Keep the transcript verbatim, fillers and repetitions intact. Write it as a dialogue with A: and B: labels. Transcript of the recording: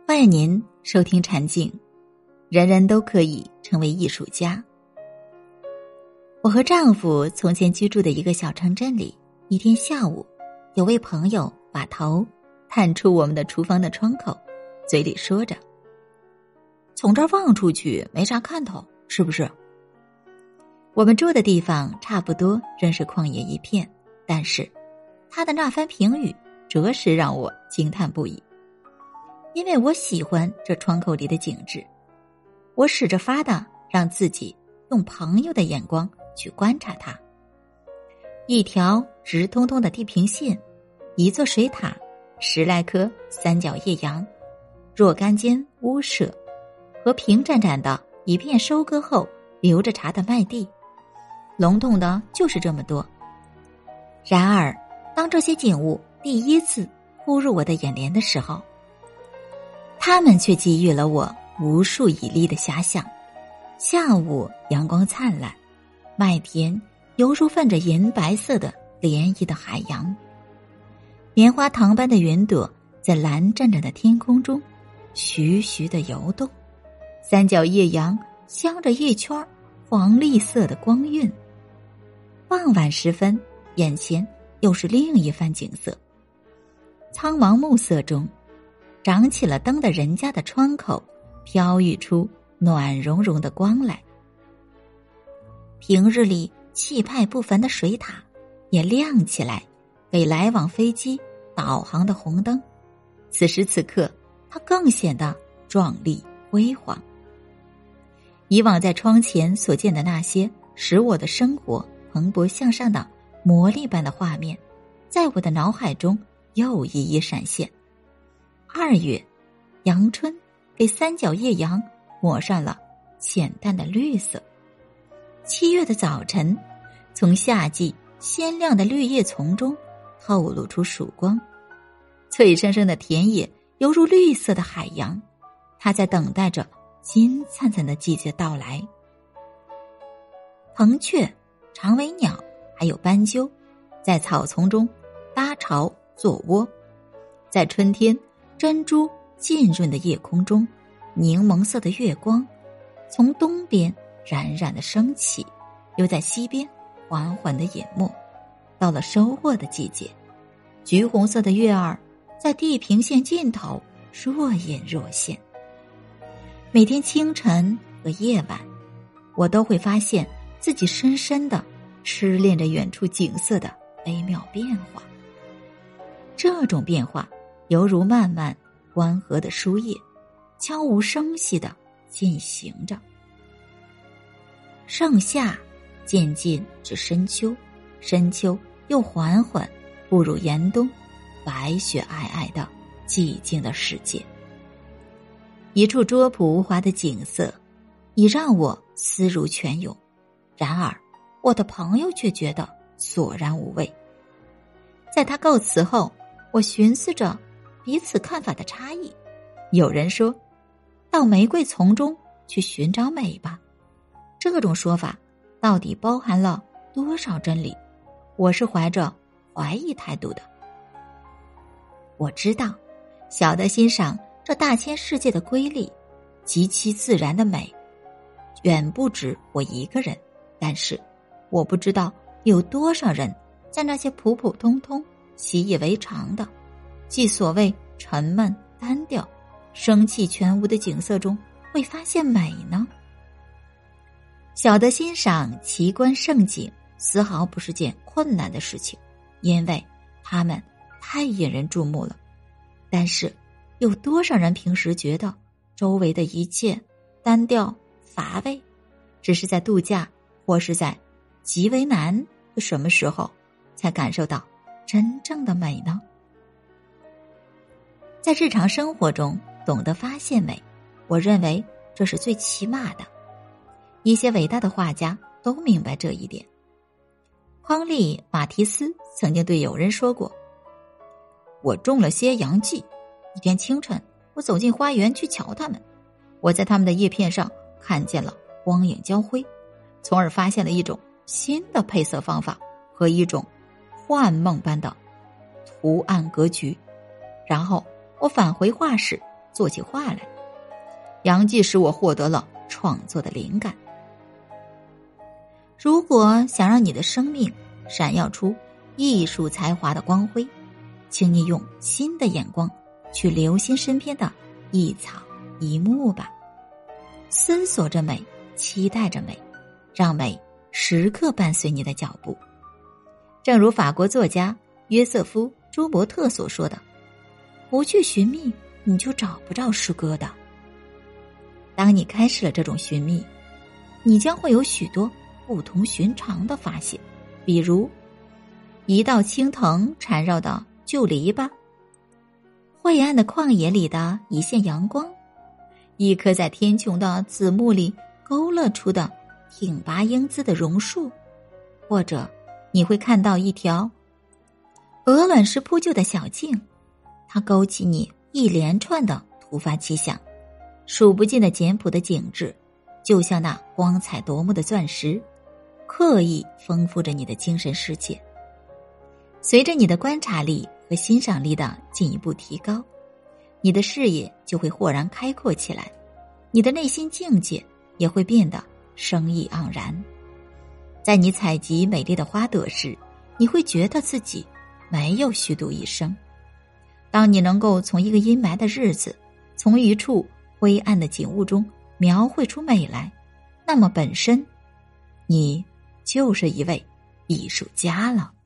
A: 欢迎您收听禅静，人人都可以成为艺术家。我和丈夫从前居住的一个小城镇里，一天下午，有位朋友把头探出我们的厨房的窗口，嘴里说着：“从这儿望出去没啥看头，是不是？”我们住的地方差不多仍是旷野一片，但是他的那番评语着实让我惊叹不已。因为我喜欢这窗口里的景致，我使着法的让自己用朋友的眼光去观察它。一条直通通的地平线，一座水塔，十来棵三角叶杨，若干间屋舍，和平展展的一片收割后留着茬的麦地，笼统的就是这么多。然而当这些景物第一次扑入我的眼帘的时候，他们却给予了我无数绮丽的遐想。下午阳光灿烂，麦田犹如泛着银白色的涟漪的海洋，棉花糖般的云朵在蓝湛湛的天空中徐徐地游动，三角叶杨镶着一圈黄绿色的光晕。傍晚时分，眼前又是另一番景色。苍茫暮色中，长起了灯的人家的窗口飘溢出暖融融的光来。平日里气派不凡的水塔也亮起来，给来往飞机导航的红灯。此时此刻，它更显得壮丽辉煌。以往在窗前所见的那些使我的生活蓬勃向上的魔力般的画面，在我的脑海中又一一闪现。二月，阳春给三角叶杨抹上了浅淡的绿色。七月的早晨，从夏季鲜亮的绿叶丛中透露出曙光。翠生生的田野犹如绿色的海洋，它在等待着金灿灿的季节到来。蓬雀、长尾鸟还有斑鸠在草丛中搭巢做窝。在春天珍珠浸润的夜空中，柠檬色的月光从东边冉冉的升起，又在西边缓缓的隐没。到了收获的季节，橘红色的月儿在地平线尽头若隐若现。每天清晨和夜晚，我都会发现自己深深地痴恋着远处景色的微妙变化。这种变化犹如漫漫关河的书页，悄无声息地进行着。盛夏渐进至深秋，深秋又缓缓步入严冬，白雪皑皑的寂静的世界。一处拙朴无华的景色已让我思如泉涌，然而我的朋友却觉得索然无味。在他告辞后，我寻思着彼此看法的差异。有人说，到玫瑰丛中去寻找美吧，这种说法到底包含了多少真理？我是怀着怀疑态度的。我知道，小的欣赏这大千世界的瑰丽极其自然的美，远不止我一个人，但是我不知道有多少人在那些普普通通习以为常的即所谓沉闷单调生气全无的景色中会发现美呢？小的欣赏奇观胜景丝毫不是件困难的事情，因为它们太引人注目了。但是有多少人平时觉得周围的一切单调乏味，只是在度假或是在极为难的什么时候才感受到真正的美呢？在日常生活中懂得发现美，我认为这是最起码的。一些伟大的画家都明白这一点。亨利·马提斯曾经对友人说过，我种了些洋蓟，一天清晨我走进花园去瞧它们，我在它们的叶片上看见了光影交辉，从而发现了一种新的配色方法和一种幻梦般的图案格局。然后我返回画室， 做起画来。杨记使我获得了创作的灵感。如果想让你的生命闪耀出艺术才华的光辉，请你用新的眼光去留心身边的一草一木吧，思索着美，期待着美，让美时刻伴随你的脚步。正如法国作家约瑟夫·朱伯特所说的，不去寻觅，你就找不着诗歌的。当你开始了这种寻觅，你将会有许多不同寻常的发现，比如一道青藤缠绕的旧篱笆，晦暗的旷野里的一线阳光，一棵在天穹的紫木里勾勒出的挺拔英姿的榕树，或者你会看到一条鹅卵石铺就的小径，它勾起你一连串的突发奇想，数不尽的简朴的景致，就像那光彩夺目的钻石，刻意丰富着你的精神世界。随着你的观察力和欣赏力的进一步提高，你的视野就会豁然开阔起来，你的内心境界也会变得生意盎然。在你采集美丽的花朵时，你会觉得自己没有虚度一生。当你能够从一个阴霾的日子，从一处灰暗的景物中描绘出美来，那么本身你就是一位艺术家了。